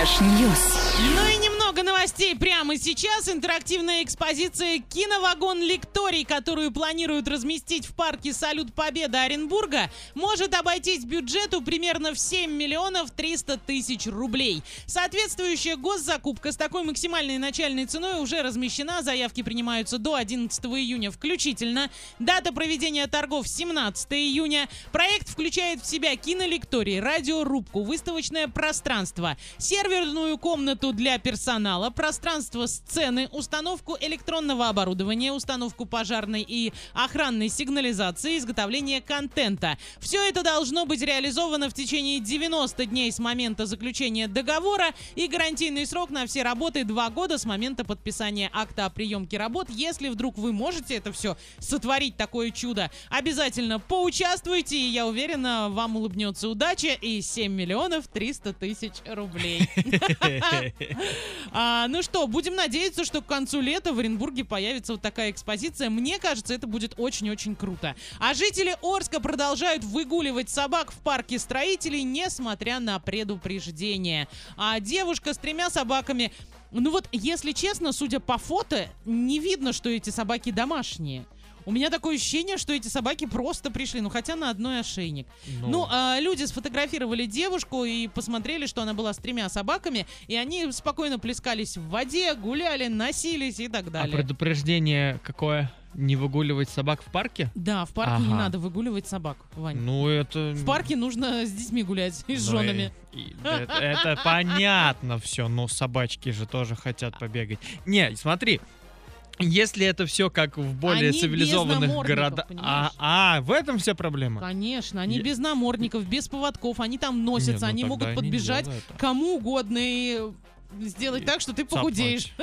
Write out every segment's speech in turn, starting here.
News. Ну и немного новостей прямо сейчас. Интерактивная экспозиция «Киновагон Лекторий», которую планируют разместить в парке «Салют Победы» Оренбурга, может обойтись бюджету примерно в 7 миллионов 300 тысяч рублей. Соответствующая госзакупка с такой максимальной начальной ценой уже размещена. Заявки принимаются до 11 июня включительно. Дата проведения торгов 17 июня. Проект включает в себя кинолекторий, радиорубку, выставочное пространство, серверную комнату для персонала, пространство сцены, установку электронного оборудования, установку пожарной и охранной сигнализации, изготовление контента. Все это должно быть реализовано в течение 90 дней с момента заключения договора, и гарантийный срок на все работы 2 года с момента подписания акта о приемке работ. Если вдруг вы можете это все сотворить, такое чудо, обязательно поучаствуйте, и я уверена, вам улыбнется удача и 7 миллионов 300 тысяч рублей. Ну что, будем надеяться, что к концу лета в Оренбурге появится вот такая экспозиция. Мне кажется, это будет очень-очень круто. А жители Орска продолжают выгуливать собак в парке строителей, несмотря на предупреждение. А девушка с 3 собаками... Ну вот, если честно, судя по фото, не видно, что эти собаки домашние. У меня такое ощущение, что эти собаки просто пришли, ну хотя на одной ошейник. Люди сфотографировали девушку и посмотрели, что она была с 3 собаками, и они спокойно плескались в воде, гуляли, носились и так далее. А предупреждение какое? Не выгуливать собак в парке? Да, в парке не надо выгуливать собак, Вань. Ну это... В парке нужно с детьми гулять и с женами. Это понятно все, но собачки же тоже хотят побегать. Не, смотри. Если это все как в более они цивилизованных городах... в этом вся проблема? Конечно, они без намордников, без поводков, они там носятся, они могут подбежать кому угодно и сделать так, что ты похудеешь.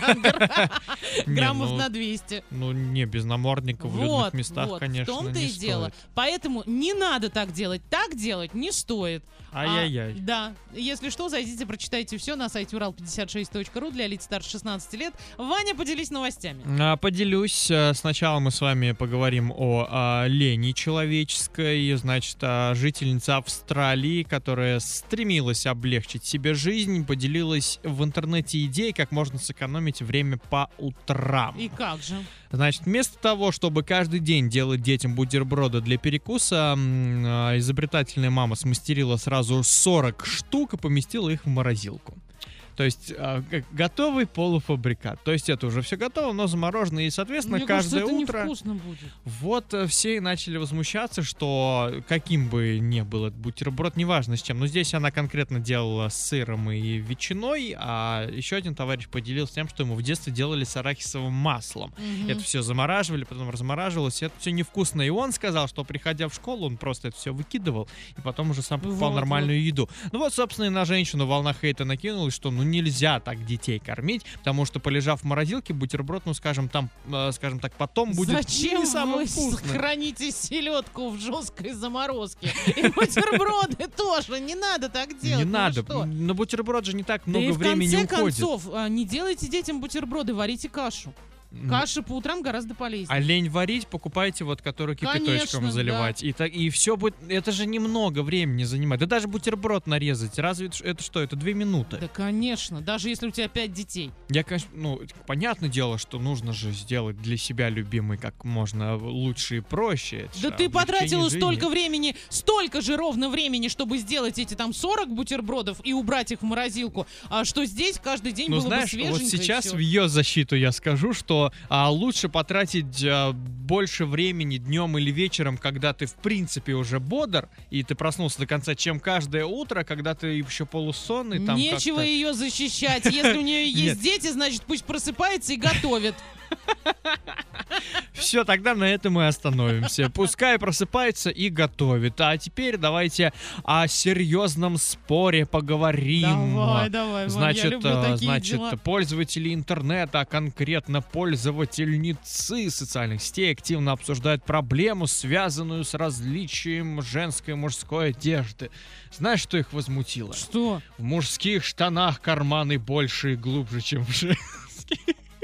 Граммов на 200. Ну, не, без намордников в людных местах, конечно, в том-то и дело. Поэтому не надо так делать. Так делать не стоит. Ай-яй-яй. Да. Если что, зайдите, прочитайте все на сайте урал56.ру для лиц старше 16 лет. Ваня, поделись новостями. Поделюсь. Сначала мы с вами поговорим о лени человеческой. Значит, жительница Австралии, которая стремилась облегчить себе жизнь, поделилась в интернете идеей, как можно сэкономить время по утрам. И как же? Значит, вместо того, чтобы каждый день делать детям бутерброды для перекуса, изобретательная мама смастерила сразу 40 штук и поместила их в морозилку. То есть готовый полуфабрикат. То есть это уже все готово, но заморожено. И, соответственно, мне каждое кажется, утро... это невкусно будет. Вот все начали возмущаться, что каким бы ни был этот бутерброд, неважно с чем. Но здесь она конкретно делала с сыром и ветчиной, а еще один товарищ поделился тем, что ему в детстве делали с арахисовым маслом. Это все замораживали, потом размораживалось, и это все невкусно. И он сказал, что, приходя в школу, он просто это все выкидывал, и потом уже сам покупал нормальную еду. Ну вот, собственно, и на женщину волна хейта накинулась, что нельзя так детей кормить, потому что, полежав в морозилке, бутерброд, скажем так, потом будет Зачем не самым вкусным. Зачем вы храните селедку в жесткой заморозке? И бутерброды тоже. Не надо так делать. Не надо. На бутерброд же не так много времени уходит. В конце концов, не делайте детям бутерброды, варите кашу. Каша по утрам гораздо полезнее. А лень варить, покупайте вот, которую кипяточком заливать. Да. И все будет... Это же немного времени занимает. Да даже бутерброд нарезать. Разве это что? Это 2 минуты. Да, конечно. Даже если у тебя 5 детей. Я, конечно, понятное дело, что нужно же сделать для себя любимый как можно лучше и проще. Да ты потратила столько времени, столько же ровно времени, чтобы сделать эти там 40 бутербродов и убрать их в морозилку. А что здесь каждый день было бы свеженько. Вот сейчас в ее защиту я скажу, что лучше потратить больше времени днем или вечером, когда ты в принципе уже бодр, и ты проснулся до конца, чем каждое утро, когда ты еще полусонный. Нечего ее защищать. Если у нее есть дети, значит пусть просыпается и готовит. Все, тогда на этом мы остановимся. Пускай просыпается и готовит. А теперь давайте о серьезном споре поговорим. Давай, значит, я люблю такие дела. Пользователи интернета, а конкретно пользовательницы социальных сетей, активно обсуждают проблему, связанную с различием женской и мужской одежды. Знаешь, что их возмутило? Что? В мужских штанах карманы больше и глубже, чем в женских.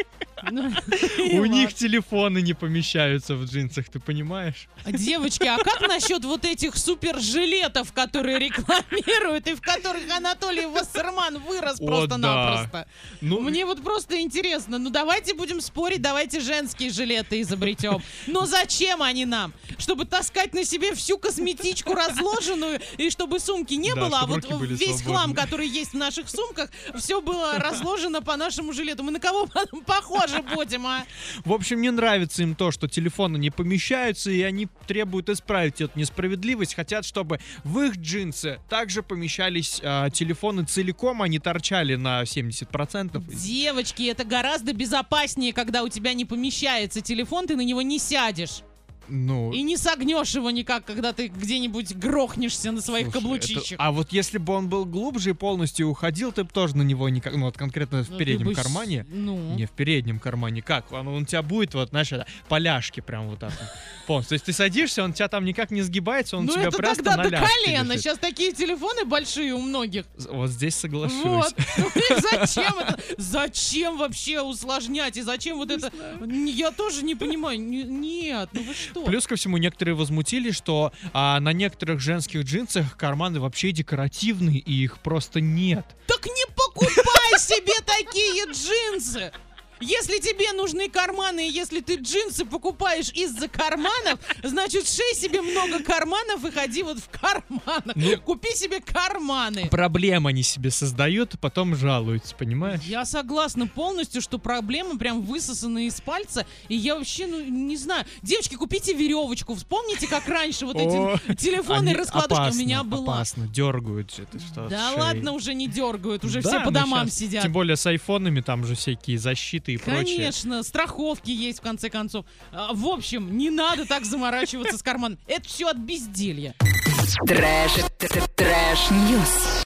У них телефоны не помещаются в джинсах, ты понимаешь? Девочки, а как насчет вот этих супержилетов, которые рекламируют и в которых Анатолий Вассерман вырос просто-напросто? Ну, Мне вот просто интересно. Ну давайте будем спорить, давайте женские жилеты изобретем. Но зачем они нам? Чтобы таскать на себе всю косметичку разложенную и чтобы сумки не Да, было, а чтобы вот руки были весь свободны. хлам, который есть в наших сумках, все было разложено по нашему жилету. Мы на кого потом похожи будем, а? в общем, не нравится им то, что телефоны не помещаются, и они требуют исправить эту несправедливость. Хотят, чтобы в их джинсы также помещались телефоны целиком, а не торчали на 70%. Девочки, это гораздо безопаснее, когда у тебя не помещается телефон, ты на него не сядешь. Ну, И не согнешь его никак, когда ты где-нибудь грохнешься на своих слушай, каблучищах. а вот если бы он был глубже и полностью уходил, ты бы тоже на него никак, ну вот конкретно в Ну, переднем ты бы кармане. Ну. Не в переднем кармане, как? Он у тебя будет, вот, знаешь, это, поляшки прям вот так вот. Полностью. То есть ты садишься, он у тебя там никак не сгибается, он у Ну тебя это просто тогда на до ляжке колена. лежит. Сейчас такие телефоны большие у многих. Вот здесь соглашусь. Вот. Ну и зачем это? Зачем вообще усложнять? И зачем вот это? Я тоже не понимаю. Нет, ну вы что? Плюс ко всему, некоторые возмутились, что на некоторых женских джинсах карманы вообще декоративные, и их просто нет. Так не покупай себе такие джинсы! Если тебе нужны карманы, и если ты джинсы покупаешь из-за карманов, значит, шей себе много карманов и ходи вот в карманах. Ну, Купи себе карманы. Проблемы они себе создают, а потом жалуются, понимаешь? Я согласна полностью, что проблема прям высосана из пальца, и я вообще, ну, не знаю. Девочки, купите веревочку. Вспомните, как раньше вот эти телефонные Они раскладушки у меня была. Опасно, дергают же, ты что. Да шеи. ладно, уже не дергают, уже Да, все по ну домам щас, сидят. Тем более с айфонами там же всякие защиты и прочее. Конечно, страховки есть в конце концов. В общем, не надо так заморачиваться с карманом. Это все от безделья. Трэш, трэш, ньюс.